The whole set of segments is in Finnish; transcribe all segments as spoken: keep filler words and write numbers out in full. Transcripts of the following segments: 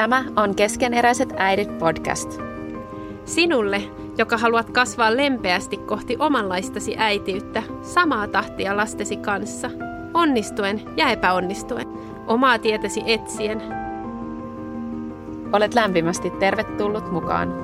Tämä on Keskeneräiset äidit podcast. Sinulle, joka haluat kasvaa lempeästi kohti omanlaistasi äitiyttä, samaa tahtia lastesi kanssa, onnistuen ja epäonnistuen, omaa tietäsi etsien. Olet lämpimästi tervetullut mukaan.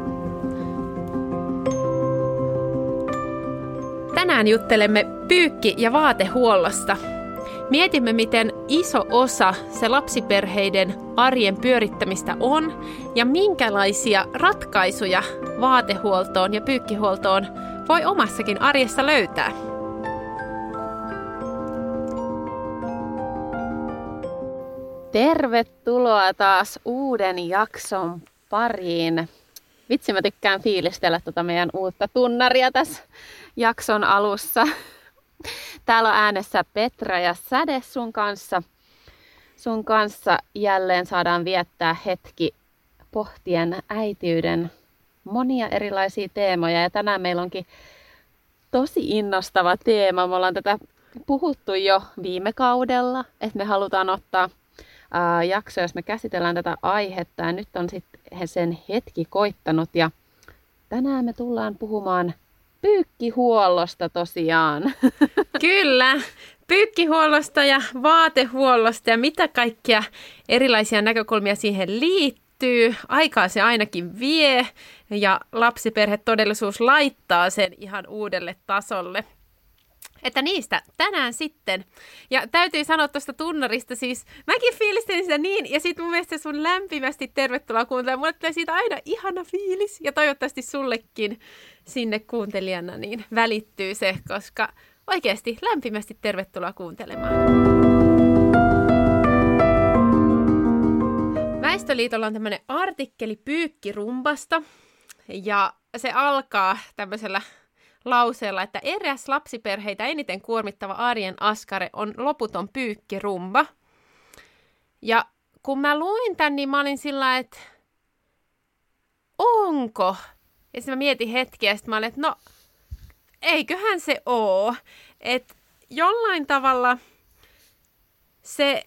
Tänään juttelemme pyykki- ja vaatehuollosta. Mietimme, miten iso osa se lapsiperheiden arjen pyörittämistä on ja minkälaisia ratkaisuja vaatehuoltoon ja pyykkihuoltoon voi omassakin arjessa löytää. Tervetuloa taas uuden jakson pariin. Vitsi, mä tykkään fiilistellä tuota meidän uutta tunnaria tässä jakson alussa. Täällä on äänessä Petra ja Säde sun kanssa. Sun kanssa jälleen saadaan viettää hetki pohtien äitiyden monia erilaisia teemoja. Ja tänään meillä onkin tosi innostava teema. Me ollaan tätä puhuttu jo viime kaudella, että me halutaan ottaa ää, jakso, jos me käsitellään tätä aihetta. Ja nyt on sitten sen hetki koittanut. Ja tänään me tullaan puhumaan pyykkihuollosta tosiaan. Kyllä, pyykkihuollosta ja vaatehuollosta ja mitä kaikkia erilaisia näkökulmia siihen liittyy. Aikaa se ainakin vie ja lapsiperhetodellisuus laittaa sen ihan uudelle tasolle. Että niistä tänään sitten. Ja täytyy sanoa tuosta tunnarista siis, mäkin fiilistelin sitä niin, ja sitten mun mielestä sun lämpimästi tervetuloa kuuntelemaan. Mulle tulee siitä aina ihana fiilis, ja toivottavasti sullekin sinne kuuntelijana niin välittyy se, koska oikeasti lämpimästi tervetuloa kuuntelemaan. Väestöliitolla on tämmöinen artikkeli pyykkirumbasta, ja se alkaa tämmöisellä lauseella, että eräs lapsiperheitä eniten kuormittava arjen askare on loputon pyykkirumba. Ja kun mä luin tän, niin mä olin sillä, että onko? Ja sitten mä mietin hetkeä, ja sitten mä olin, että no, eiköhän se oo. Että jollain tavalla se,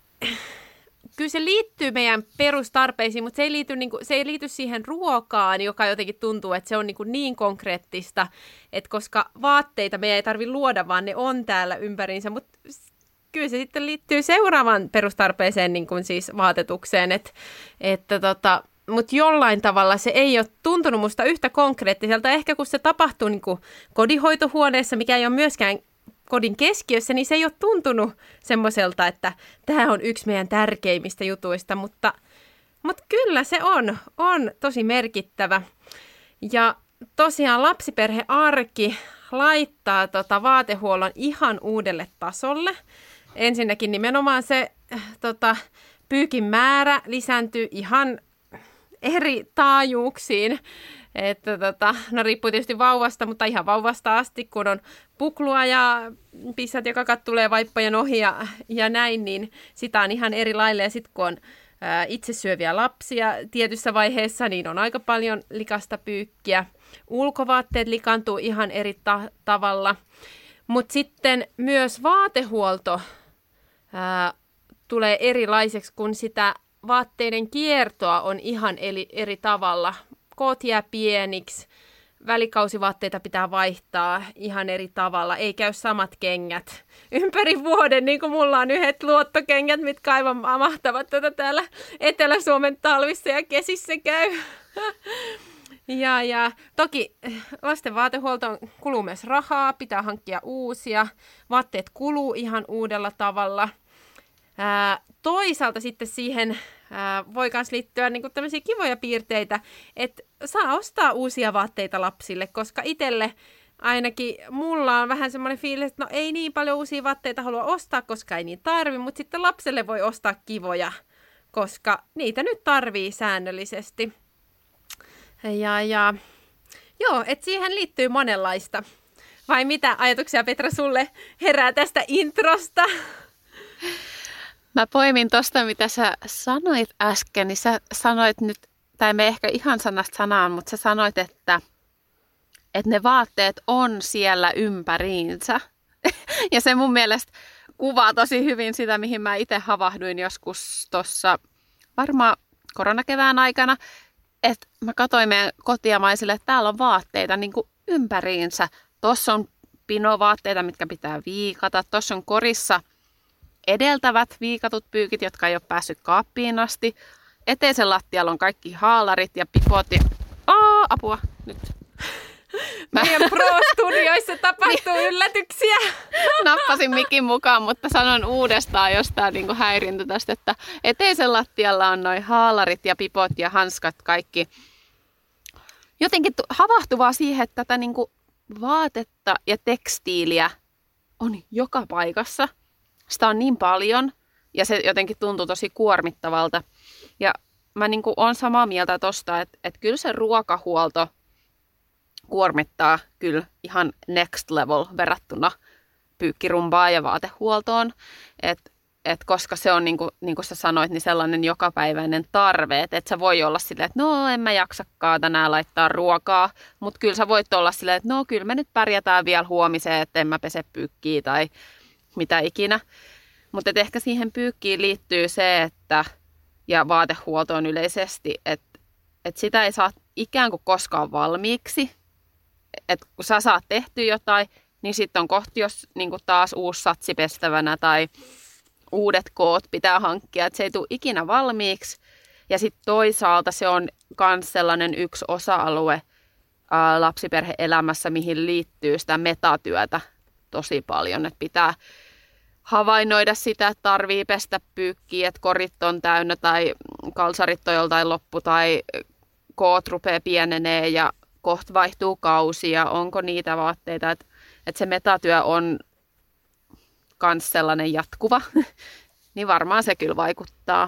kyllä se liittyy meidän perustarpeisiin, mutta se ei liity, niin kuin, se ei liity siihen ruokaan, joka jotenkin tuntuu, että se on niin, niin konkreettista, että koska vaatteita meidän ei tarvitse luoda, vaan ne on täällä ympäriinsä, mutta kyllä se sitten liittyy seuraavaan perustarpeeseen, niin kuin siis vaatetukseen, että, että tota, mutta jollain tavalla se ei ole tuntunut musta yhtä konkreettiselta, ehkä kun se tapahtuu niin kuin kodinhoitohuoneessa, mikä ei ole myöskään kodin keskiössä, niin se ei ole tuntunut semmoiselta, että tämä on yksi meidän tärkeimmistä jutuista, mutta, mutta kyllä se on, on tosi merkittävä. Ja tosiaan lapsiperhearki laittaa tota vaatehuollon ihan uudelle tasolle. Ensinnäkin nimenomaan se tota, pyykin määrä lisääntyy ihan eri taajuuksiin. Että tota, no riippuu tietysti vauvasta, mutta ihan vauvasta asti, kun on puklua ja pissat ja kakat tulee vaippojen ohi ja, ja näin, niin sitä on ihan eri lailla. Ja sitten kun on ää, itse syöviä lapsia tietyssä vaiheessa, niin on aika paljon likasta pyykkiä. Ulkovaatteet likantuu ihan eri ta- tavalla. Mutta sitten myös vaatehuolto ää, tulee erilaiseksi, kun sitä vaatteiden kiertoa on ihan eri, eri tavalla. Koot jää pieniksi, välikausivaatteita pitää vaihtaa ihan eri tavalla, ei käy samat kengät ympäri vuoden, niin kuin mulla on yhdet luottokengät, mitkä aivan mahtavat tätä täällä Etelä-Suomen talvissa ja kesissä käy. Ja, ja toki lasten vaatehuoltoon kuluu myös rahaa, pitää hankkia uusia, vaatteet kuluu ihan uudella tavalla. Ää, toisaalta sitten siihen ää, voi myös liittyä niin kuin tämmöisiä kivoja piirteitä, että saa ostaa uusia vaatteita lapsille, koska itselle ainakin mulla on vähän semmoinen fiilis, että no ei niin paljon uusia vaatteita halua ostaa, koska ei niin tarvi, mutta sitten lapselle voi ostaa kivoja, koska niitä nyt tarvii säännöllisesti. Ja, ja joo, että siihen liittyy monenlaista. Vai mitä ajatuksia, Petra, sulle herää tästä introsta? Mä poimin tosta, mitä sä sanoit äsken, niin sä sanoit nyt, tai me ehkä ihan sanasta sanaan, mutta sä sanoit, että, että ne vaatteet on siellä ympäriinsä. Ja se mun mielestä kuvaa tosi hyvin sitä, mihin mä itse havahduin joskus tuossa varmaan koronakevään aikana, että mä katsoin meidän kotiamaisille, että täällä on vaatteita niin kuin ympäriinsä. Tuossa on pinovaatteita, mitkä pitää viikata. Tuossa on korissa edeltävät viikatut pyykit, jotka ei ole päässyt kaappiin asti. Eteisen lattialla on kaikki haalarit ja pipot. Ja... Aa, apua, nyt. Mä... Meidän Pro-studioissa tapahtuu yllätyksiä. Nappasin mikin mukaan, mutta sanon uudestaan, jos tää niinku häirintyi tästä, että eteisen lattialla on noin haalarit ja pipot ja hanskat kaikki. Jotenkin havahtuvaa siihen, että tätä niinku vaatetta ja tekstiiliä on joka paikassa. Sitä on niin paljon ja se jotenkin tuntuu tosi kuormittavalta. Ja mä niinku on samaa mieltä tosta, että, että kyllä se ruokahuolto kuormittaa kyllä ihan next level verrattuna pyykkirumbaan ja vaatehuoltoon. Et, et koska se on, niin kuin, niin kuin sä sanoit, niin sellainen jokapäiväinen tarve. Että et sä voi olla silleen, että no en mä jaksakaan tänään laittaa ruokaa. Mutta kyllä sä voit olla silleen, että no kyllä me nyt pärjätään vielä huomiseen, että en mä pese pyykkiä tai mitä ikinä. Mutta ehkä siihen pyykkiin liittyy se, että ja vaatehuoltoon yleisesti, että et sitä ei saa ikään kuin koskaan valmiiksi. Että kun sä saat tehtyä jotain, niin sitten on kohti jos niin taas uusi satsi pestävänä tai uudet koot pitää hankkia, että se ei tule ikinä valmiiksi. Ja sitten toisaalta se on myös sellainen yksi osa-alue ää, lapsiperhe-elämässä, mihin liittyy sitä metatyötä tosi paljon. Että pitää havainnoida sitä, että tarvii pestä pyykkiä, että korit on täynnä tai kalsarit on joltain loppu tai koot rupeaa pienenee ja kohta vaihtuu kausia, onko niitä vaatteita, että, että se metatyö on myös sellainen jatkuva, niin varmaan se kyllä vaikuttaa.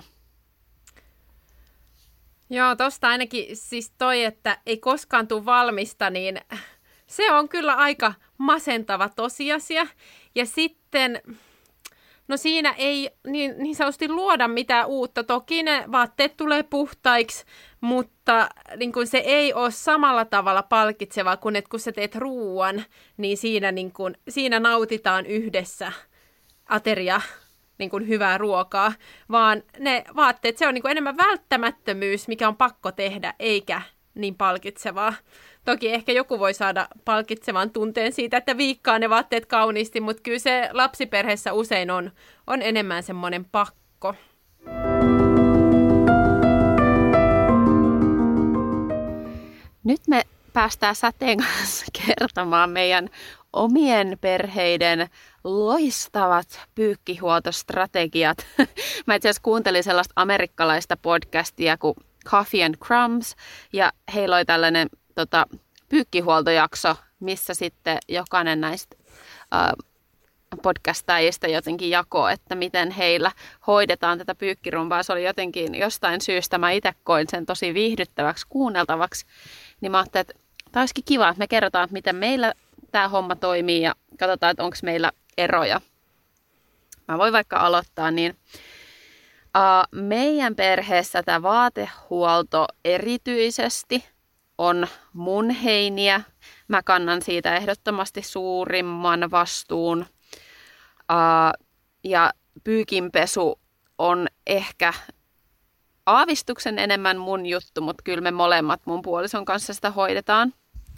Joo, tosta ainakin siis toi, että ei koskaan tule valmista, niin se on kyllä aika masentava tosiasia. Ja sitten, no siinä ei niin, niin sanotusti luoda mitään uutta. Toki ne vaatteet tulee puhtaiksi, mutta niin kun se ei ole samalla tavalla palkitsevaa kuin että kun sä teet ruuan, niin siinä, niin kun, siinä nautitaan yhdessä ateria niin kun hyvää ruokaa, vaan ne vaatteet, se on niin kun enemmän välttämättömyys, mikä on pakko tehdä, eikä niin palkitsevaa. Toki ehkä joku voi saada palkitsevan tunteen siitä, että viikkaa ne vaatteet kauniisti, mutta kyllä se lapsiperheessä usein on, on enemmän semmoinen pakko. Nyt me päästään Säteen kanssa kertomaan meidän omien perheiden loistavat pyykkihuoltostrategiat. Mä itse asiassa kuuntelin sellaista amerikkalaista podcastia kuin Coffee and Crumbs, ja heillä oli tällainen tota, pyykkihuoltojakso, missä sitten jokainen näistä äh, podcastajista jotenkin jakoo, että miten heillä hoidetaan tätä pyykkirumbaa. Se oli jotenkin jostain syystä, mä itse koin sen tosi viihdyttäväksi kuunneltavaksi, niin mä ajattelin, että tämä olisikin kiva, että me kerrotaan, että miten meillä tämä homma toimii ja katsotaan, että onko meillä eroja. Mä voin vaikka aloittaa, niin uh, meidän perheessä tämä vaatehuolto erityisesti on mun heiniä. Mä kannan siitä ehdottomasti suurimman vastuun. Uh, ja pyykinpesu on ehkä aavistuksen enemmän mun juttu, mutta kyllä me molemmat mun puolison kanssa sitä hoidetaan.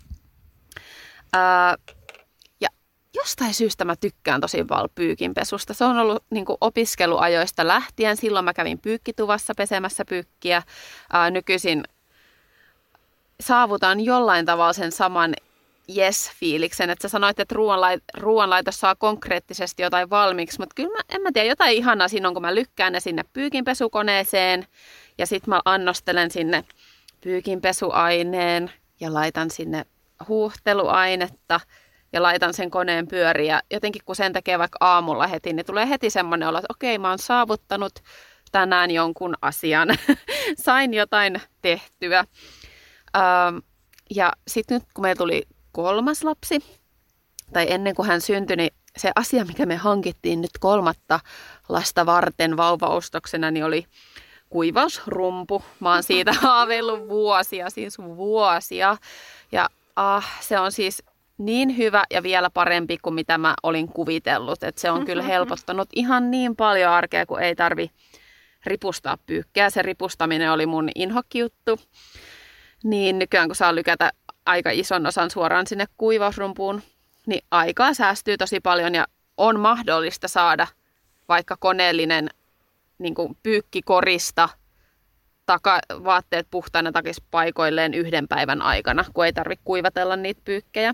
Uh, ja jostain syystä mä tykkään tosi paljon pyykinpesusta. Se on ollut niin kuin opiskeluajoista lähtien. Silloin mä kävin pyykkituvassa pesemässä pyykkiä. Uh, nykyisin saavutan jollain tavalla sen saman yes-fiiliksen, että sä sanoit, että ruoanlaitos saa konkreettisesti jotain valmiiksi, mutta kyllä mä, en mä tiedä, jotain ihanaa siinä on, kun mä lykkään ne sinne pyykinpesukoneeseen ja sitten mä annostelen sinne pyykinpesuaineen ja laitan sinne huuhteluainetta ja laitan sen koneen pyöriin ja jotenkin kun sen tekee vaikka aamulla heti, niin tulee heti semmoinen olo, että okei, mä oon saavuttanut tänään jonkun asian, sain jotain tehtyä. Ähm, ja sitten nyt kun meillä tuli kolmas lapsi, tai ennen kuin hän syntyi, niin se asia, mikä me hankittiin nyt kolmatta lasta varten vauvaostoksena, niin oli kuivausrumpu. Mä oon siitä haaveillut vuosia, siis vuosia. Ja ah, se on siis niin hyvä ja vielä parempi kuin mitä mä olin kuvitellut. Että se on kyllä helpottanut ihan niin paljon arkea, kun ei tarvi ripustaa pyykkää. Se ripustaminen oli mun inhokkijuttu. Niin nykyään kun saa lykätä aika ison osan suoraan sinne kuivausrumpuun, niin aikaa säästyy tosi paljon ja on mahdollista saada vaikka koneellinen niin kuin pyykkikorista takavaatteet puhtaana takaisin paikoilleen yhden päivän aikana, kun ei tarvitse kuivatella niitä pyykkejä.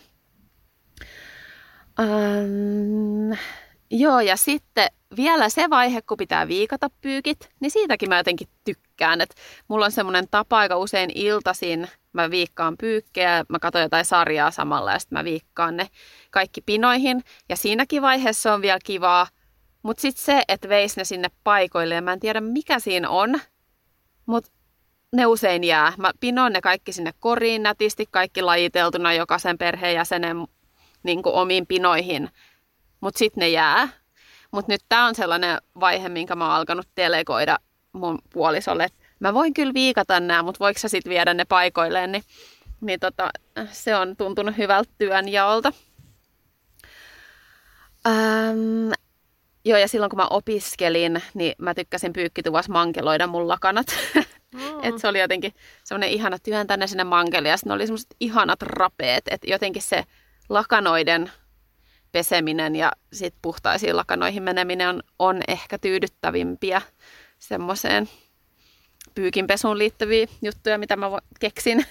Um, joo, ja sitten vielä se vaihe, kun pitää viikata pyykit, niin siitäkin mä jotenkin tykkään. Et mulla on semmoinen tapa aika usein iltaisin, mä viikkaan pyykkejä, mä katson jotain sarjaa samalla ja sitten mä viikkaan ne kaikki pinoihin. Ja siinäkin vaiheessa on vielä kivaa, mutta sitten se, että veis ne sinne paikoille, ja mä en tiedä mikä siinä on, mutta ne usein jää. Mä pinoon ne kaikki sinne koriin nätisti, kaikki lajiteltuna jokaisen perheenjäsenen niin kuin omiin pinoihin, mutta sitten ne jää. Mutta nyt tää on sellainen vaihe, minkä mä oon alkanut delegoida mun puolisolle, että mä voin kyllä viikata nämä, mutta voiko sä sitten viedä ne paikoilleen, niin, niin tota, se on tuntunut hyvältä työnjaolta. Ähm, joo, ja silloin kun mä opiskelin, niin mä tykkäsin pyykkituvassa mankeloida mun lakanat. Mm. Että se oli jotenkin semmoinen ihana työntää ne sinne mankeliin, ja sitten oli semmoiset ihanat rapeet, että jotenkin se lakanoiden peseminen ja sitten puhtaisiin lakanoihin meneminen on, on ehkä tyydyttävimpiä semmoiseen pyykinpesuun liittyviä juttuja, mitä mä keksin.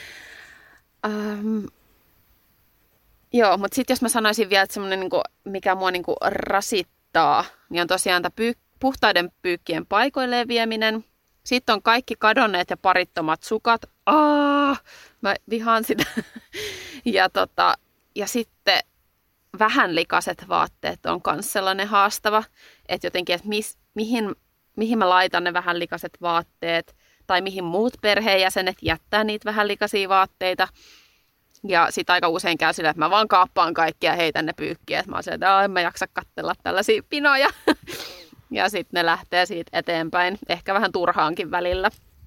um, joo, mutta sitten jos mä sanoisin vielä, että semmoinen, niinku, mikä mua niinku rasittaa, niin on tosiaan tämä pyy- puhtaiden pyykkien paikoilleen vieminen. Sitten on kaikki kadonneet ja parittomat sukat. Aa, mä vihaan sitä. ja, tota, ja sitten vähän likaiset vaatteet on myös sellainen haastava, että jotenkin, että mis, mihin, mihin mä laitan ne vähän likaiset vaatteet, tai mihin muut perheenjäsenet jättää niitä vähän likaisia vaatteita. Ja sitten aika usein käy sillä, että mä vaan kaappaan kaikkia ja heitän ne pyykkiä. Että mä oon se, että en mä jaksa katsella tällaisia pinoja. ja sitten ne lähtee siitä eteenpäin, ehkä vähän turhaankin välillä.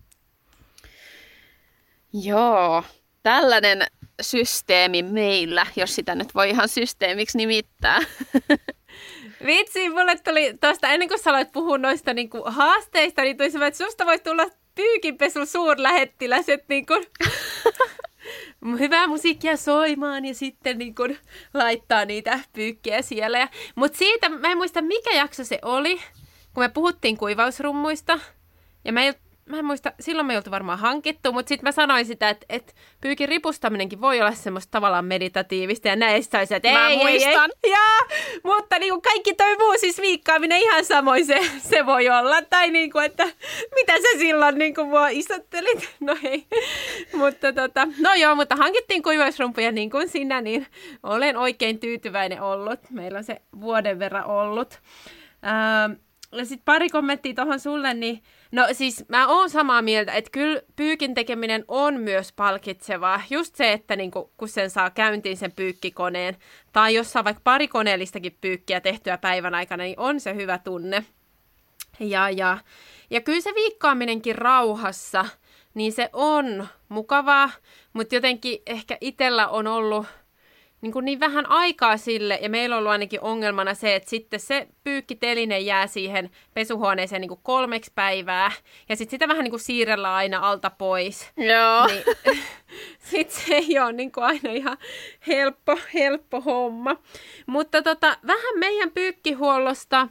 Joo, tällainen systeemi meillä, jos sitä nyt voi ihan systeemiksi nimittää. Vitsi, mulle tuli tuosta, ennen kuin sä aloit puhua noista niin kuin haasteista, niin tuli semmoinen, että susta voisi tulla pyykinpesun suurlähettiläs, että niin kuin hyvää musiikkia soimaan ja sitten niin kuin laittaa niitä pyykkiä siellä. Mutta siitä, mä en muista mikä jakso se oli, kun me puhuttiin kuivausrummuista, ja mä ei Mä en muista, silloin me ei oltu varmaan hankittu, mutta sitten mä sanoin sitä, että, että pyykin ripustaminenkin voi olla semmoista tavallaan meditatiivista ja näistä saisi, että mä ei, muistan. ei, ei. Ja, mutta niin kuin kaikki toi muu, siis viikkaaminen ihan samoin se, se voi olla. Tai niin kuin, että mitä sä silloin niin kuin mua isottelit? No ei. mutta tota, no joo, mutta hankittiin kuivausrumpuja niin kuin sinä, niin olen oikein tyytyväinen ollut. Meillä on se vuoden verran ollut. Ähm, ja sitten pari kommenttia tuohon sulle, niin no siis mä oon samaa mieltä, että kyllä pyykin tekeminen on myös palkitsevaa. Just se, että niinku, kun sen saa käyntiin sen pyykkikoneen, tai jos saa vaikka pari koneellistakin pyykkiä tehtyä päivän aikana, niin on se hyvä tunne. Ja, ja, ja kyllä se viikkaaminenkin rauhassa, niin se on mukavaa, mutta jotenkin ehkä itsellä on ollut niin, kuin niin vähän aikaa sille, ja meillä on ollut ainakin ongelmana se, että sitten se pyykkiteline jää siihen pesuhuoneeseen niin kuin kolmeksi päivää, ja sitten sitä vähän niin kuin siirrellään aina alta pois. Joo. Niin, sitten se ei ole niin kuin aina ihan helppo, helppo homma. Mutta tota, vähän meidän pyykkihuollosta.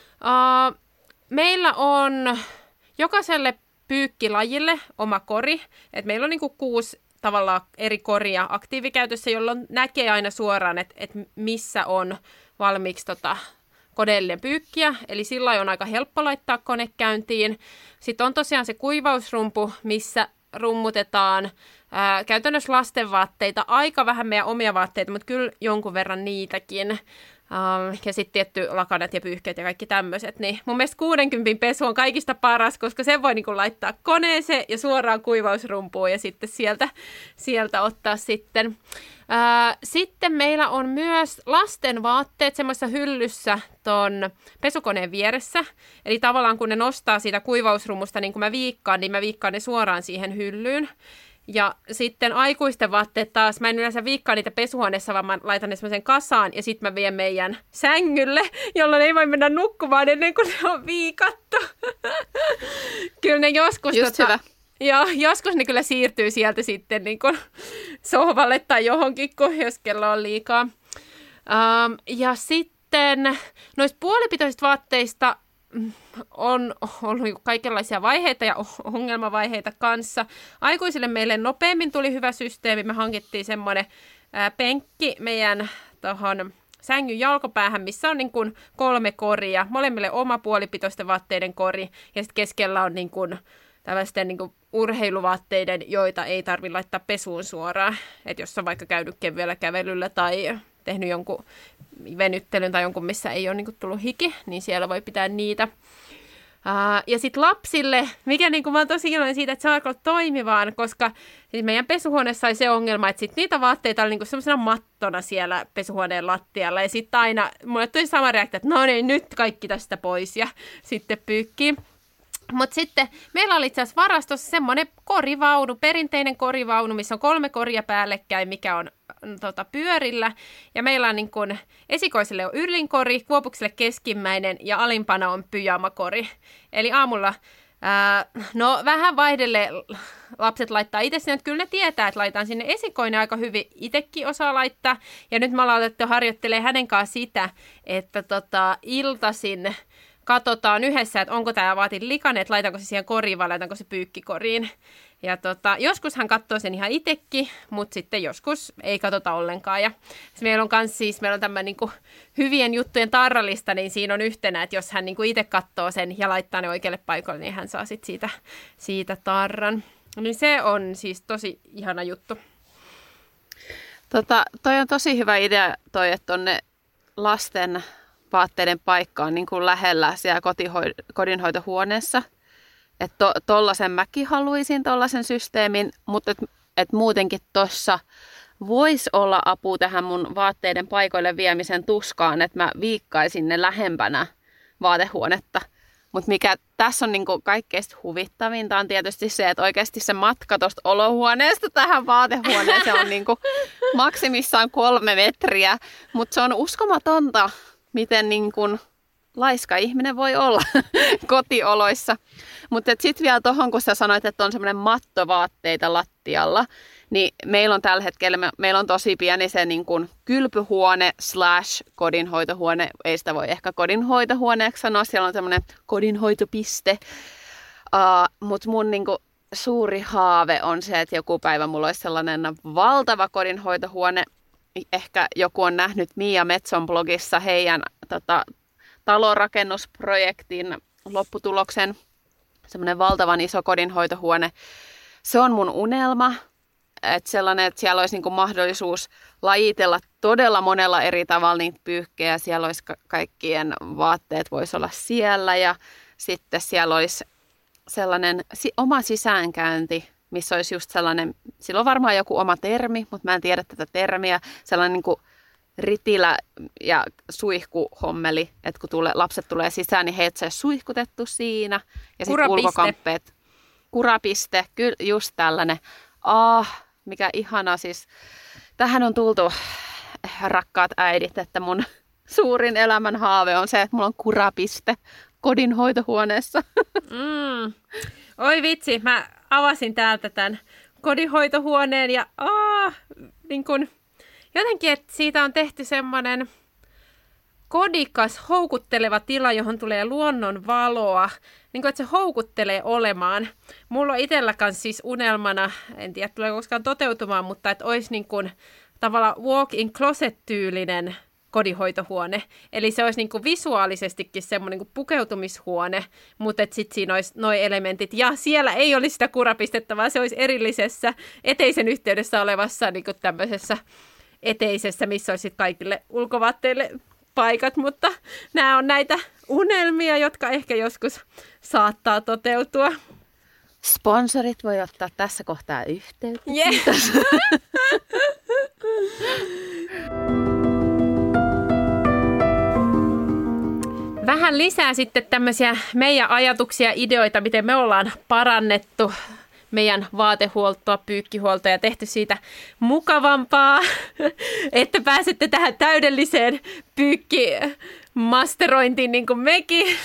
Uh, meillä on jokaiselle pyykkilajille oma kori, että meillä on niin kuin kuusi tavallaan eri koria aktiivikäytössä, jolloin näkee aina suoraan, että, että missä on valmiiksi tota, koneellinen pyykkiä. Eli sillä on aika helppo laittaa kone käyntiin. Sitten on tosiaan se kuivausrumpu, missä rummutetaan ää, käytännössä lastenvaatteita, aika vähän meidän omia vaatteita, mutta kyllä jonkun verran niitäkin. Um, ja sitten tietty lakanat ja pyyhkeet ja kaikki tämmöiset. Niin mun mielestä kuudenkympin pesu on kaikista paras, koska sen voi niinku laittaa koneeseen ja suoraan kuivausrumpuun ja sitten sieltä, sieltä ottaa sitten. Uh, sitten meillä on myös lasten vaatteet semmoisessa hyllyssä ton pesukoneen vieressä. Eli tavallaan kun ne nostaa siitä kuivausrumusta, niin kun mä viikkaan, niin mä viikkaan ne suoraan siihen hyllyyn. Ja sitten aikuisten vaatteet taas, mä en yleensä viikkaa niitä pesuhuoneessa, vaan mä laitan ne semmoisen kasaan ja sitten mä vien meidän sängylle, jolloin ei voi mennä nukkumaan ennen kuin ne on viikattu. Kyllä ne joskus... Just tota, hyvä. Joo, joskus ne kyllä siirtyy sieltä sitten niin kuin sohvalle tai johonkin, kun jos kello on liikaa. Um, ja sitten noista puolipitoisista vaatteista on ollut kaikenlaisia vaiheita ja ongelmavaiheita kanssa. Aikuisille meille nopeammin tuli hyvä systeemi. Me hankittiin semmoinen ää, penkki meidän tuohon sängyn jalkopäähän, missä on niin kuin kolme koria. Molemmille oma puolipitoisten vaatteiden kori ja sitten keskellä on niin kuin tällaisten niin kuin urheiluvaatteiden, joita ei tarvitse laittaa pesuun suoraan. Että jos on vaikka käynyt kevyellä kävelyllä tai tehnyt jonkun venyttelyn tai jonkun, missä ei ole niin kuin tullut hiki, niin siellä voi pitää niitä. Uh, ja sitten lapsille, mikä niin kuin mä oon tosi iloinen siitä, että se on alkanut toimivaan, koska siis meidän pesuhuoneessa oli se ongelma, että sit niitä vaatteita oli niin semmoisena mattona siellä pesuhuoneen lattialla. Ja sitten aina mulle tuli sama reaktio, että no niin, nyt kaikki tästä pois ja sitten pyykkii. Mutta sitten meillä oli itse asiassa varastossa semmoinen korivaunu, perinteinen korivaunu, missä on kolme koria päällekkäin, mikä on tota, pyörillä. Ja meillä on niin kun, esikoiselle on yrlinkori, kuopukselle keskimmäinen ja alimpana on pyjamakori. Eli aamulla, ää, no vähän vaihdelle lapset laittaa itse sinne, että kyllä ne tietää, että laitaan sinne esikoinen aika hyvin, itsekin osaa laittaa. Ja nyt me ollaan otettu harjoittelemaan hänen kanssa sitä, että tota, iltaisin katsotaan yhdessä, että onko tämä vaatin likainen, että laitanko se siihen koriin vai laitanko se pyykkikoriin. Ja tota, joskus hän katsoo sen ihan itsekin, mutta sitten joskus ei katsota ollenkaan. Ja meillä on kans siis, meillä on tämmöinen niinku hyvien juttujen tarralista, niin siinä on yhtenä, että jos hän niinku itse katsoo sen ja laittaa ne oikealle paikalle, niin hän saa sitten siitä, siitä tarran. Niin se on siis tosi ihana juttu. Tota, toi on tosi hyvä idea toi, että tonne lasten vaatteiden paikka on niin kuin lähellä siellä kotihoi- kodinhoitohuoneessa. Että to, tollasen mäkin haluaisin, tollasen systeemin, mutta et, et muutenkin tuossa voisi olla apu tähän mun vaatteiden paikoille viemisen tuskaan, että mä viikkaisin ne lähempänä vaatehuonetta. Mutta mikä tässä on niin kuin kaikkein huvittavinta on tietysti se, että oikeasti se matka tuosta olohuoneesta tähän vaatehuoneeseen on niin kuin maksimissaan kolme metriä, mutta se on uskomatonta, miten niin kuin laiska ihminen voi olla kotioloissa. Mutta sitten vielä tuohon, kun sä sanoit, että on semmoinen mattovaatteita lattialla, niin meillä on tällä hetkellä, me, meillä on tosi pieni se niin kuin kylpyhuone slash kodinhoitohuone. Ei sitä voi ehkä kodinhoitohuoneeksi sanoa, siellä on semmoinen kodinhoitopiste. Uh, Mutta mun niin kuin suuri haave on se, että joku päivä mulla olisi sellainen valtava kodinhoitohuone. Ehkä joku on nähnyt Mia Metson blogissa heidän tota, talonrakennusprojektin lopputuloksen. Semmoinen valtavan iso kodinhoitohuone. Se on mun unelma, että sellainen, että siellä olisi niinku mahdollisuus lajitella todella monella eri tavalla niitä pyyhkejä. Siellä olisi ka- kaikkien vaatteet voisi olla siellä ja sitten siellä olisi sellainen si- oma sisäänkäynti, missä olisi just sellainen, sillä on varmaan joku oma termi, mutta mä en tiedä tätä termiä, sellainen niin kuin ritilä ja suihkuhommeli, että kun tule, lapset tulee sisään, niin heitä saisi suihkutettu siinä. Ja sitten ulkokamppeet. Kurapiste, kyllä just tällainen. Ah, mikä ihana siis. Tähän on tultu, rakkaat äidit, että mun suurin elämän haave on se, että mulla on kurapiste kodinhoitohuoneessa. Mm. Oi vitsi, mä avasin täältä tämän kodinhoitohuoneen ja aah, niin kun, jotenkin, että siitä on tehty semmoinen kodikas, houkutteleva tila, johon tulee luonnon valoa, niin kun, että se houkuttelee olemaan. Mulla on itsellä kanssa siis unelmana, en tiedä tulee koskaan toteutumaan, mutta että olisi niin kun, tavallaan walk-in closet-tyylinen kodinhoitohuone. Eli se olisi niinku visuaalisestikin semmoinen niinku pukeutumishuone, mutta sitten siinä olisi nuo elementit. Ja siellä ei olisi sitä kurapistettä, vaan se olisi erillisessä eteisen yhteydessä olevassa niinku tämmöisessä eteisessä, missä olisi kaikille ulkovaatteille paikat. Mutta nämä on näitä unelmia, jotka ehkä joskus saattaa toteutua. Sponsorit voi ottaa tässä kohtaa yhteyttä. Yes. Vähän lisää sitten tämmöisiä meidän ajatuksia, ideoita, miten me ollaan parannettu meidän vaatehuoltoa, pyykkihuoltoa ja tehty siitä mukavampaa, että pääsette tähän täydelliseen pyykkimasterointiin niin kuin mekin.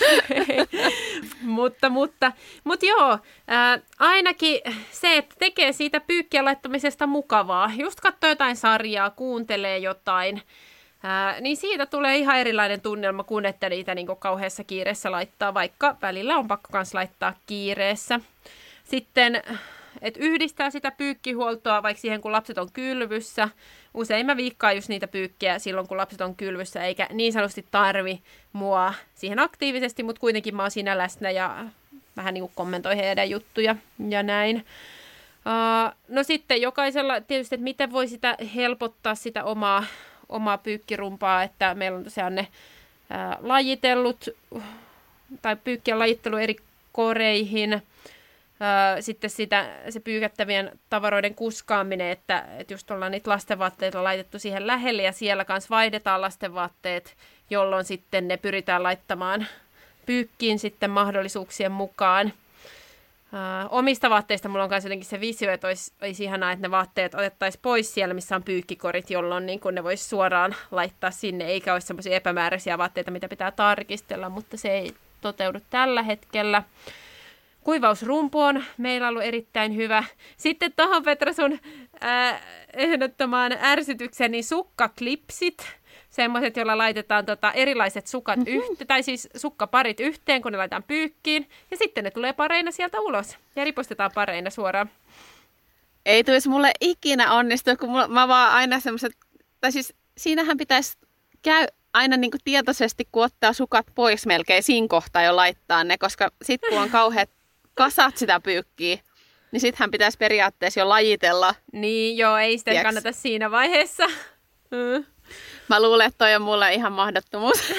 mutta, mutta, mutta joo, ää, ainakin se, että tekee siitä pyykkien laittamisesta mukavaa. Just katsoo jotain sarjaa, kuuntelee jotain. Ää, niin siitä tulee ihan erilainen tunnelma, kun että niitä niin kuin kauheassa kiireessä laittaa, vaikka välillä on pakko myös laittaa kiireessä. Sitten, että yhdistää sitä pyykkihuoltoa vaikka siihen, kun lapset on kylvyssä. Usein mä viikkaan just niitä pyykkiä silloin, kun lapset on kylvyssä, eikä niin sanotusti tarvi mua siihen aktiivisesti, mutta kuitenkin mä oon siinä läsnä ja vähän niin kuin kommentoi heidän juttuja ja näin. Uh, no sitten jokaisella tietysti, että miten voi sitä helpottaa sitä omaa omaa pyykkirumpaa, että meillä on tosiaan ne ää, lajitellut, tai pyykkien lajittelu eri koreihin, ää, sitten sitä, se pyykättävien tavaroiden kuskaaminen, että, että just ollaan niitä lastenvaatteita laitettu siihen lähelle, ja siellä kanssa vaihdetaan lastenvaatteet, jolloin sitten ne pyritään laittamaan pyykkiin sitten mahdollisuuksien mukaan. Uh, omista vaatteista mulla on myös jotenkin se visio, että olisi, olisi ihanaa, että ne vaatteet otettaisiin pois siellä, missä on pyykkikorit, jolloin niin kun ne voisi suoraan laittaa sinne, eikä olisi semmoisia epämääräisiä vaatteita, mitä pitää tarkistella, mutta se ei toteudu tällä hetkellä. Kuivausrumpu on meillä ollut erittäin hyvä. Sitten tuohon Petra sun ää, ehdottomaan ärsytykseen, niin sukkaklipsit. Semmoiset, joilla laitetaan tota erilaiset sukat yhteen, tai siis sukkaparit yhteen, kun ne laitetaan pyykkiin. Ja sitten ne tulee pareina sieltä ulos. Ja ripostetaan pareina suoraan. Ei tulisi mulle ikinä onnistua, kun mulla, mä vaan aina semmoiset... Tai siis siinähän pitäisi käy aina niin kuin tietoisesti, kun ottaa sukat pois melkein siinä kohtaa jo laittaa ne. Koska sitten kun on kauheat kasat sitä pyykkiä, niin sittenhän pitäisi periaatteessa jo lajitella. Niin, joo, ei sitä kannata siinä vaiheessa. Mm. Mä luulen, että toi on mulle ihan mahdottomuus.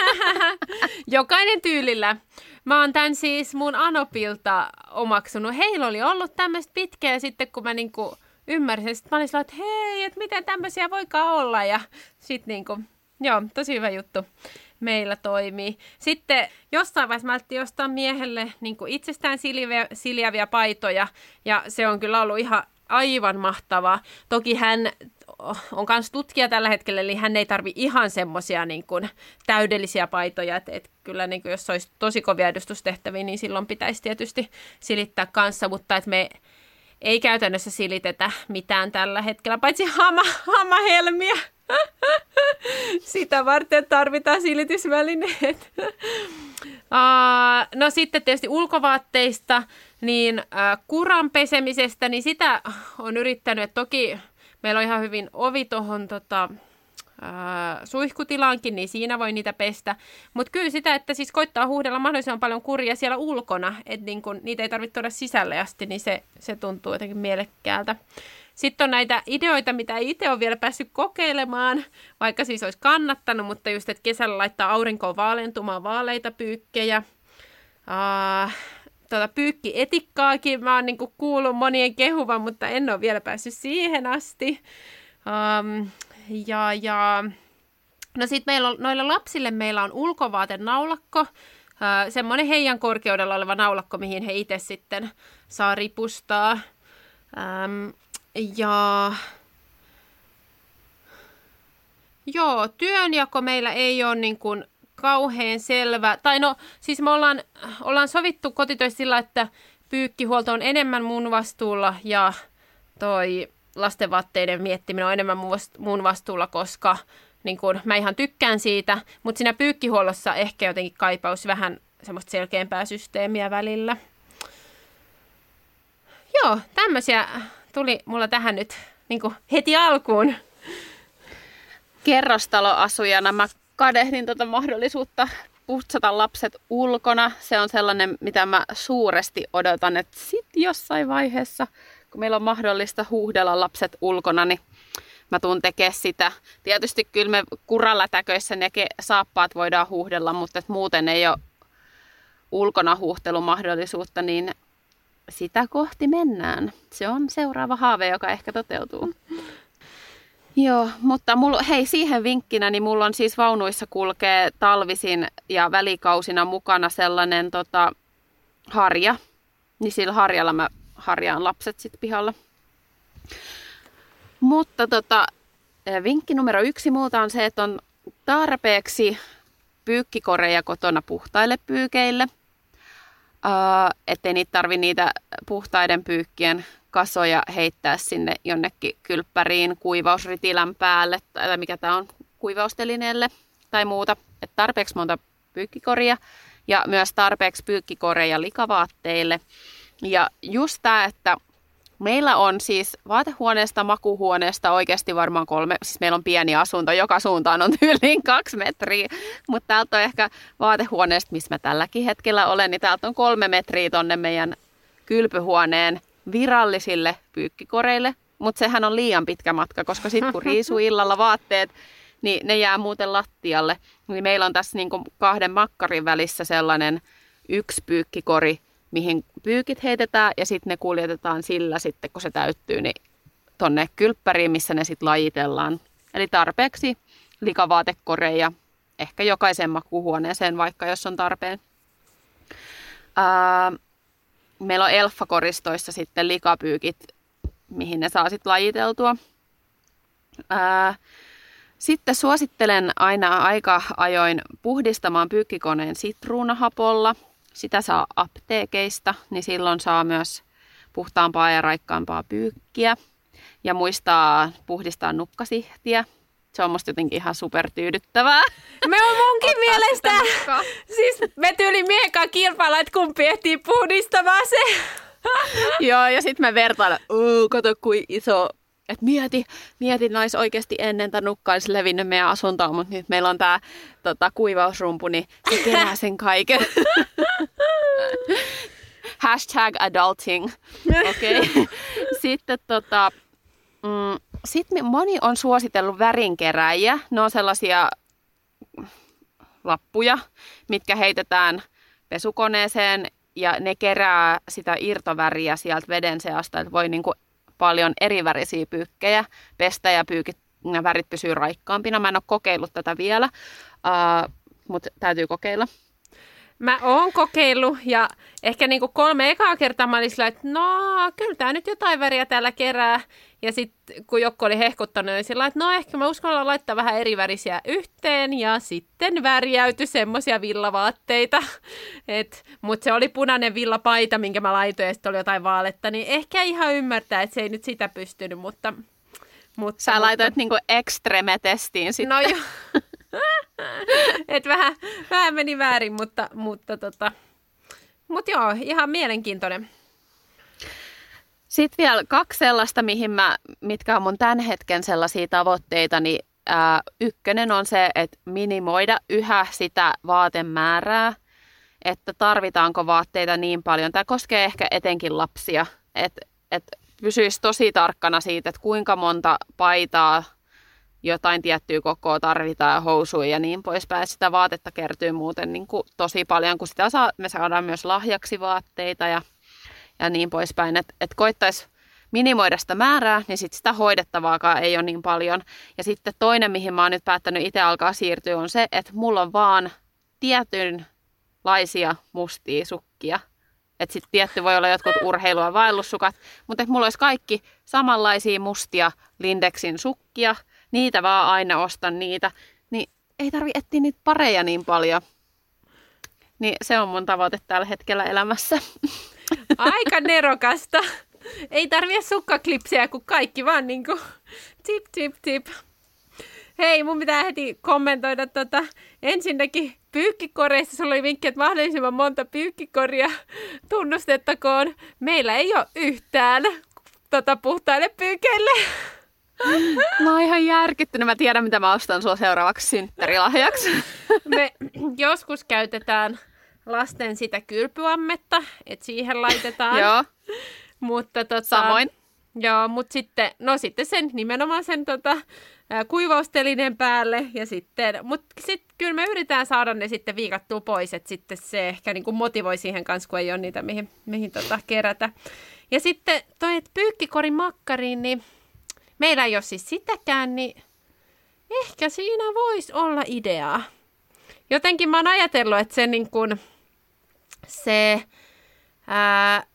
Jokainen tyylillä. Mä oon tän siis mun Anopilta omaksunut. Heillä oli ollut tämmöistä pitkää sitten, kun mä niinku ymmärsin. Sitten mä olin sellainen, että hei, että miten tämmöisiä voikaan olla. Ja sit niinku, joo, tosi hyvä juttu. Meillä toimii. Sitten jossain vaiheessa mä alettiin ostaa miehelle niinku itsestään siljeviä, siljeviä paitoja. Ja se on kyllä ollut ihan aivan mahtavaa. Toki hän on myös tutkija tällä hetkellä, eli hän ei tarvi ihan semmoisia niin kuin täydellisiä paitoja, että et kyllä niin kuin, jos olisi tosi kovia edustustehtäviä, niin silloin pitäisi tietysti silittää kanssa, mutta että me ei käytännössä silitetä mitään tällä hetkellä, paitsi hama, hamahelmiä. Sitä varten tarvitaan silitysvälineet. Uh, no sitten tietysti ulkovaatteista, niin uh, kuran pesemisestä, niin sitä on yrittänyt, että toki meillä on ihan hyvin ovi tuohon tota, uh, suihkutilaankin, niin siinä voi niitä pestä. Mutta kyllä sitä, että siis koittaa huuhdella mahdollisimman paljon kuria siellä ulkona, että niin kun niitä ei tarvitse tuoda sisälle asti, niin se, se tuntuu jotenkin mielekkäältä. Sitten on näitä ideoita, mitä ei itse ole vielä päässyt kokeilemaan, vaikka siis olisi kannattanut, mutta just, että kesällä laittaa aurinkoon vaalentumaan vaaleita pyykkejä. Uh, tuota, pyykkietikkaakin mä oon niinku kuullut monien kehuvan, mutta en ole vielä päässyt siihen asti. Um, ja, ja... No sit meillä on, noille lapsille meillä on ulkovaatenaulakko, uh, semmoinen heidän korkeudella oleva naulakko, mihin he itse sitten saa ripustaa. Um, ja... Joo, työnjako meillä ei ole niin kuin kauhean selvä. Tai no, siis me ollaan, ollaan sovittu kotitöissä sillä, että pyykkihuolto on enemmän mun vastuulla ja toi lastenvaatteiden miettiminen on enemmän mun vastuulla, koska niin kun, mä ihan tykkään siitä, mutta siinä pyykkihuollossa ehkä jotenkin kaipaus vähän semmoista selkeämpää systeemiä välillä. Joo, tämmöisiä tuli mulla tähän nyt niin kuin heti alkuun. Kerrostaloasujana mä kadehdin tuota mahdollisuutta putsata lapset ulkona. Se on sellainen, mitä mä suuresti odotan, että sit jossain vaiheessa, kun meillä on mahdollista huuhdella lapset ulkona, niin mä tuun tekemään sitä. Tietysti kyllä me kuralätäköissä ne saappaat voidaan huuhdella, mutta et muuten ei ole ulkona huuhtelumahdollisuutta, niin sitä kohti mennään. Se on seuraava haave, joka ehkä toteutuu. Joo, mutta mulla, hei, siihen vinkkinä, niin mulla on siis vaunuissa kulkee talvisin ja välikausina mukana sellainen tota, harja. Niin sillä harjalla mä harjaan lapset sit pihalla. Mutta tota, vinkki numero yksi multa on se, että on tarpeeksi pyykkikoreja kotona puhtaille pyykeille. Uh, ettei niitä tarvi niitä puhtaiden pyykkien kasoja heittää sinne jonnekin kylppäriin kuivausritilän päälle tai mikä tää on kuivaustelineelle tai muuta. Et tarpeeksi monta pyykkikoria ja myös tarpeeksi pyykkikoreja likavaatteille. Ja just tää, että meillä on siis vaatehuoneesta, makuhuoneesta oikeasti varmaan kolme, siis meillä on pieni asunto, joka suuntaan on tyyliin kaksi metriä, mutta täältä on ehkä vaatehuoneesta, missä mä tälläkin hetkellä olen, niin täältä on kolme metriä tonne meidän kylpyhuoneen virallisille pyykkikoreille, mutta sehän on liian pitkä matka, koska sitten kun riisuu illalla vaatteet, niin ne jää muuten lattialle. Niin meillä on tässä niinku kahden makkarin välissä sellainen yksi pyykkikori, mihin pyykit heitetään ja sitten ne kuljetetaan sillä sitten, kun se täyttyy, niin tonne kylppäriin, missä ne sitten lajitellaan. Eli tarpeeksi likavaatekoreja, ehkä jokaisen makuuhuoneeseen vaikka, jos on tarpeen. Ää, meillä on Elfa-koristoissa sitten likapyykit, mihin ne saa sitten lajiteltua. Ää, sitten suosittelen aina aika ajoin puhdistamaan pyykkikoneen sitruunahapolla. Sitä saa apteekeista, niin silloin saa myös puhtaampaa ja raikkaampaa pyykkiä. Ja muistaa puhdistaa nukkasihtiä. Se on musta jotenkin ihan supertyydyttävää. Me on munkin mielestä. Siis me tyyli miehen kanssa kilpailla, että kumpi ehtii puhdistamaan se. Joo, ja sitten me vertaillaan, kato kuin iso. Et mieti, mieti, nais oikeasti ennen tämän nukkaa olisi levinnyt meidän asuntoon, mutta nyt meillä on tämä tota, kuivausrumpu, niin se kerää sen kaiken. Hashtag adulting. Okay. Sitten tota, mm, sit moni on suositellut värinkeräjiä. Ne on sellaisia lappuja, mitkä heitetään pesukoneeseen ja ne kerää sitä irtoväriä sieltä veden seasta, että voi niinku paljon erivärisiä pyykkejä pestä ja pyykit, värit pysyy raikkaampina. Mä en ole kokeillut tätä vielä, uh, mutta täytyy kokeilla. Mä oon kokeillut ja ehkä niinku kolme ekaa kertaa mä olin sillä, että no kyllä tää nyt jotain väriä täällä kerää. Ja sitten kun joku oli hehkuttanut, niin sillä, että no ehkä mä uskallan laittaa vähän eri värisiä yhteen. Ja sitten värjäytyi semmosia villavaatteita. Mutta se oli punainen villapaita, minkä mä laitoin ja sitten oli jotain vaaletta. Niin ehkä ihan ymmärtää, että se ei nyt sitä pystynyt, mutta... mutta Sä mutta... laitoit niinku extreme-testiin sitten. No joo. Että vähän, vähän meni väärin, mutta, mutta tota... Mut joo, ihan mielenkiintoinen. Sitten vielä kaksi sellaista, mihin mä, mitkä on mun tämän hetken sellaisia tavoitteita, niin ää, ykkönen on se, että minimoida yhä sitä vaatemäärää, että tarvitaanko vaatteita niin paljon. Tämä koskee ehkä etenkin lapsia, että et pysyisi tosi tarkkana siitä, että kuinka monta paitaa jotain tiettyä kokoa tarvitaan ja housuja ja niin poispäin. Sitä vaatetta kertyy muuten niin kuin tosi paljon, kun sitä saa, me saadaan myös lahjaksi vaatteita ja ja niin poispäin, että et koittaisi minimoida sitä määrää, niin sit sitä hoidettavaakaan ei ole niin paljon. Ja sitten toinen, mihin mä oon nyt päättänyt itse alkaa siirtyä, on se, että mulla on vaan tietynlaisia mustia sukkia. Että sitten tietty voi olla jotkut urheilu- ja vaellussukat, mutta että mulla olisi kaikki samanlaisia mustia Lindexin sukkia, niitä vaan aina ostan niitä, niin ei tarvi etsiä niitä pareja niin paljon. Niin se on mun tavoite tällä hetkellä elämässä. Aika nerokasta. Ei tarvitse sukkaklipsiä, kun kaikki vaan niinku tip, tip, tip. Hei, mun pitää heti kommentoida tota. Ensinnäkin pyykkikoreissa sulla oli vinkki, että mahdollisimman monta pyykkikoria tunnustettakoon. Meillä ei ole yhtään tota puhtaille pyykeille. Mä oon ihan järkyttynyt. Mä tiedän, mitä mä ostan sua seuraavaksi synttärilahjaksi. Me joskus käytetään lasten sitä kylpyammetta, että siihen laitetaan. Joo. Mutta tota, samoin. Joo, mutta sitten, no sitten sen nimenomaan sen tota, kuivaustelineen päälle ja sitten, mutta sitten kyllä me yritetään saada ne sitten viikattua pois, että sitten se ehkä niin kuin motivoi siihen kanssa, kun ei ole niitä mihin, mihin tota, kerätä. Ja sitten toi, että pyykkikorin makkariin, niin meillä ei ole siis sitäkään, niin ehkä siinä voisi olla ideaa. Jotenkin mä oon ajatellut, että se niin kuin, se ää,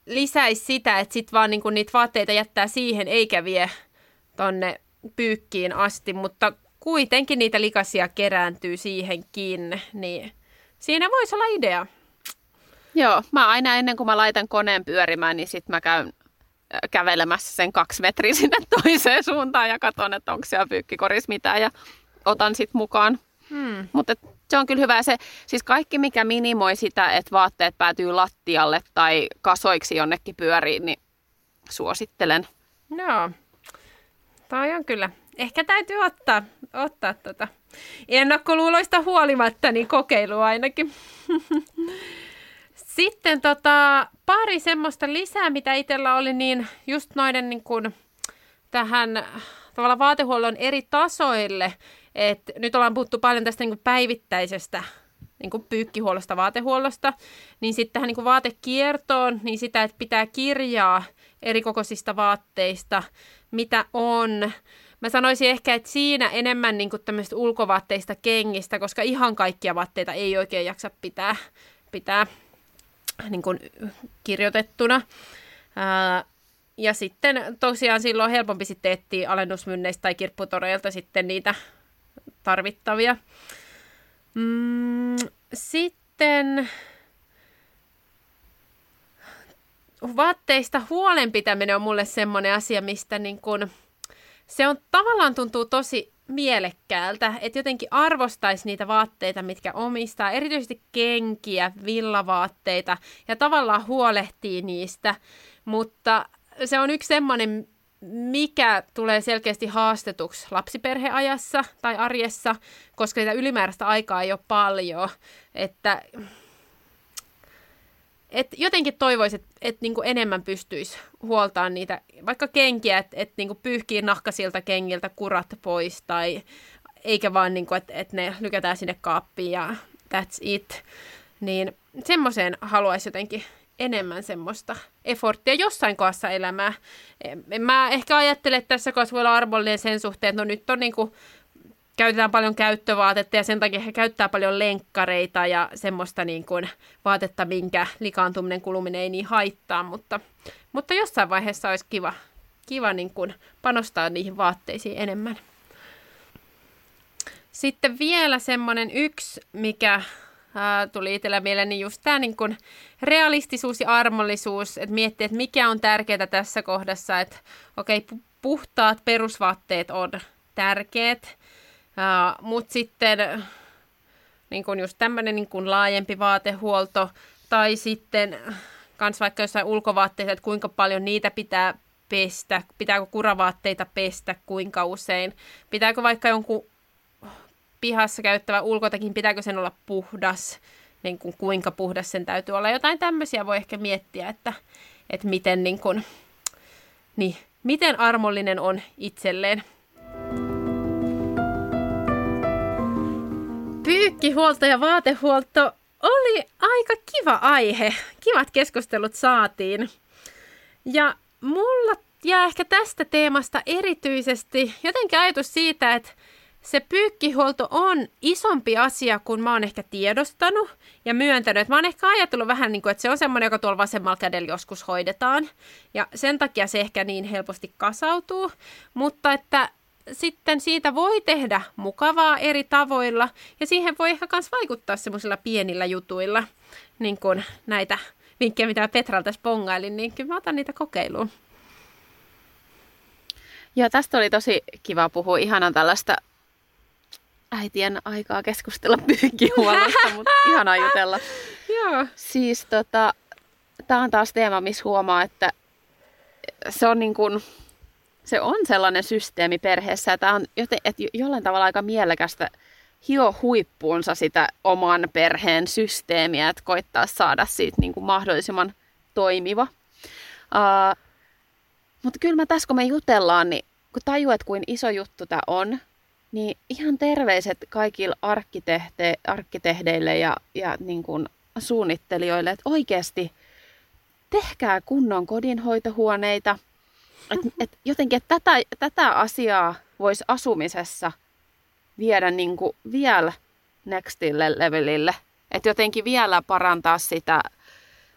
lisäisi sitä, että sit vaan niinku niitä vaatteita jättää siihen eikä vie tonne pyykkiin asti, mutta kuitenkin niitä likaisia kerääntyy siihenkin, niin siinä voisi olla idea. Joo, mä aina ennen kuin mä laitan koneen pyörimään, niin sit mä käyn kävelemässä sen kaksi metriä sinne toiseen suuntaan ja katson, että onko siellä pyykkikorissa mitään ja otan sit mukaan. Hmm. Mutta se on kyllä hyvä. Se, siis kaikki, mikä minimoi sitä, että vaatteet päätyy lattialle tai kasoiksi jonnekin pyöriin, niin suosittelen. Joo, toi on kyllä. Ehkä täytyy ottaa, ottaa tota ennakkoluuloista huolimatta, niin kokeilu ainakin. Sitten tota, pari semmoista lisää, mitä itsellä oli, niin just noiden niin kun, tähän tavallaan vaatehuollon eri tasoille. Et nyt ollaan puhuttu paljon tästä niin kun päivittäisestä niin kun pyykkihuollosta, vaatehuollosta. Niin sitten tähän niin kun vaatekiertoon, niin sitä, että pitää kirjaa erikokoisista vaatteista, mitä on. Mä sanoisin ehkä, että siinä enemmän niin kuin tämmöistä ulkovaatteista, kengistä, koska ihan kaikkia vaatteita ei oikein jaksa pitää, pitää niin kuin kirjoitettuna. Ää, ja sitten tosiaan silloin on helpompi sitten etsiä alennusmynneistä tai kirpputoreilta sitten niitä tarvittavia. Mm, sitten vaatteista huolenpitäminen on mulle semmoinen asia, mistä niin kun, se on tavallaan tuntuu tosi mielekkäältä, että jotenkin arvostaisi niitä vaatteita, mitkä omistaa, erityisesti kenkiä, villavaatteita ja tavallaan huolehtii niistä, mutta se on yksi semmoinen, mikä tulee selkeästi haastetuksi lapsiperheajassa tai arjessa, koska sitä ylimääräistä aikaa ei ole paljon, että et jotenkin toivoisin, että et niinku enemmän pystyisi huoltamaan niitä, vaikka kenkiä, että et niinku pyyhkii nahkasilta kengiltä kurat pois, tai eikä vaan, niinku, että et ne lykätään sinne kaappiin ja that's it. Niin semmoiseen haluaisi jotenkin enemmän semmoista efforttia jossain kohdassa elämää. En mä ehkä ajattele, että tässä kohdassa voi olla armollinen sen suhteen, että no nyt on niinku käytetään paljon käyttövaatetta ja sen takia he käyttää paljon lenkkareita ja semmoista niin kuin vaatetta, minkä likaantuminen, kuluminen ei niin haittaa, mutta, mutta jossain vaiheessa olisi kiva, kiva niin kuin panostaa niihin vaatteisiin enemmän. Sitten vielä semmoinen yksi, mikä ää, tuli itsellä mieleen, niin just tämä niin kuin realistisuus ja armollisuus, että miettii, että mikä on tärkeää tässä kohdassa, että okei, puhtaat perusvaatteet on tärkeät. Uh, mutta sitten niin kun just tämmöinen niin kun laajempi vaatehuolto tai sitten kans vaikka jossain ulkovaatteita, että kuinka paljon niitä pitää pestä, pitääkö kuravaatteita pestä, kuinka usein, pitääkö vaikka jonkun pihassa käyttävä ulkotakin, pitääkö sen olla puhdas, niin kun kuinka puhdas sen täytyy olla. Jotain tämmöisiä voi ehkä miettiä, että, että miten, niin kun, niin, miten armollinen on itselleen. Pyykkihuolto ja vaatehuolto oli aika kiva aihe. Kivat keskustelut saatiin. Ja mulla jää ehkä tästä teemasta erityisesti jotenkin ajatus siitä, että se pyykkihuolto on isompi asia, kuin mä oon ehkä tiedostanut ja myöntänyt. Että mä oon ehkä ajatellut vähän niin kuin, että se on semmoinen, joka tuolla vasemmalla kädellä joskus hoidetaan. Ja sen takia se ehkä niin helposti kasautuu. Mutta että sitten siitä voi tehdä mukavaa eri tavoilla, ja siihen voi ehkä myös vaikuttaa semmoisilla pienillä jutuilla, niin kuin näitä vinkkejä, mitä Petralta spongailin, niin kyllä mä otan niitä kokeiluun. Joo, tästä oli tosi kiva puhua. Ihanan tällaista äitien aikaa keskustella pyykkihuollosta, mutta ihanaa jutella. Joo. Siis tota, tää on taas teema, missä huomaa, että se on niin kuin se on sellainen systeemi perheessä, että on joten, että jollain tavalla aika mielekästä hio huippuunsa sitä oman perheen systeemiä, että koittaa saada siitä niin kuin mahdollisimman toimiva. Uh, mutta kyllä mä tässä, kun me jutellaan, niin kun tajuat, kuin iso juttu tämä on, niin ihan terveiset kaikille arkkitehte- arkkitehdeille ja, ja niin kuin suunnittelijoille, että oikeasti tehkää kunnon kodinhoitohuoneita. Et, et jotenkin, että tätä, tätä asiaa voisi asumisessa viedä niin kuin vielä nextille levelille. Että jotenkin vielä parantaa sitä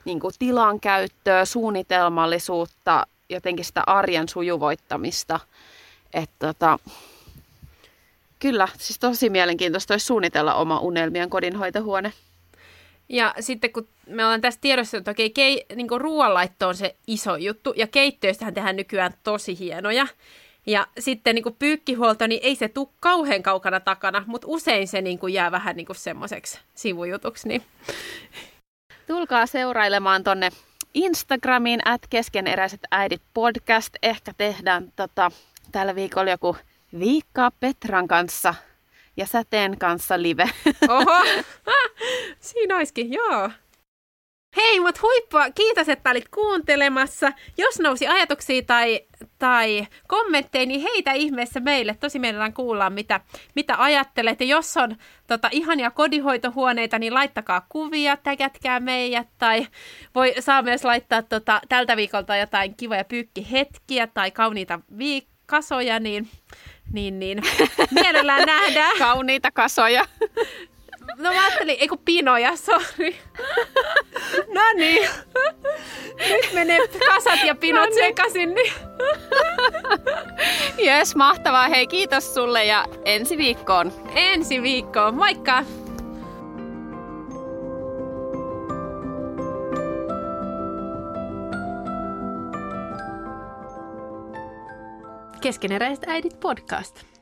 niin kuin tilankäyttöä, suunnitelmallisuutta, jotenkin sitä arjen sujuvoittamista. Että tota, kyllä, siis tosi mielenkiintoista olisi suunnitella oma unelmien kodinhoitohuone. Ja sitten kun me ollaan tässä tiedossa, että okei, kei, niin ruoanlaitto on se iso juttu, ja keittiöistähän tehdään nykyään tosi hienoja. Ja sitten niin pyykkihuolto, niin ei se tule kauhean kaukana takana, mutta usein se niin jää vähän niin semmoiseksi sivujutuksi. Niin. Tulkaa seurailemaan tonne Instagramiin at keskeneräiset äidit podcast. Ehkä tehdään tota, tällä viikolla joku viikkaa Petran kanssa ja Säteen kanssa live. Oho, siinä olisikin, joo. Hei, mut huippua, kiitos, että olit kuuntelemassa. Jos nousi ajatuksia tai, tai kommentteja, niin heitä ihmeessä meille. Tosi mielellään kuullaan, mitä, mitä ajattelet. Ja jos on tota, ihania kodinhoitohuoneita, niin laittakaa kuvia, tägätkää meidät. Tai voi, saa myös laittaa tota, tältä viikolta jotain kivoja pyykkihetkiä tai kauniita viikkasoja, niin, niin, niin mielellään nähdään. Kauniita kasoja. No mä ajattelin, ei kun pinoja, sori. No niin. Nyt menee kasat ja pinot sekaisin. Niin. Jes, mahtavaa. Hei, kiitos sulle ja ensi viikkoon. Ensi viikkoon. Moikka! Keskeneräiset äidit podcast.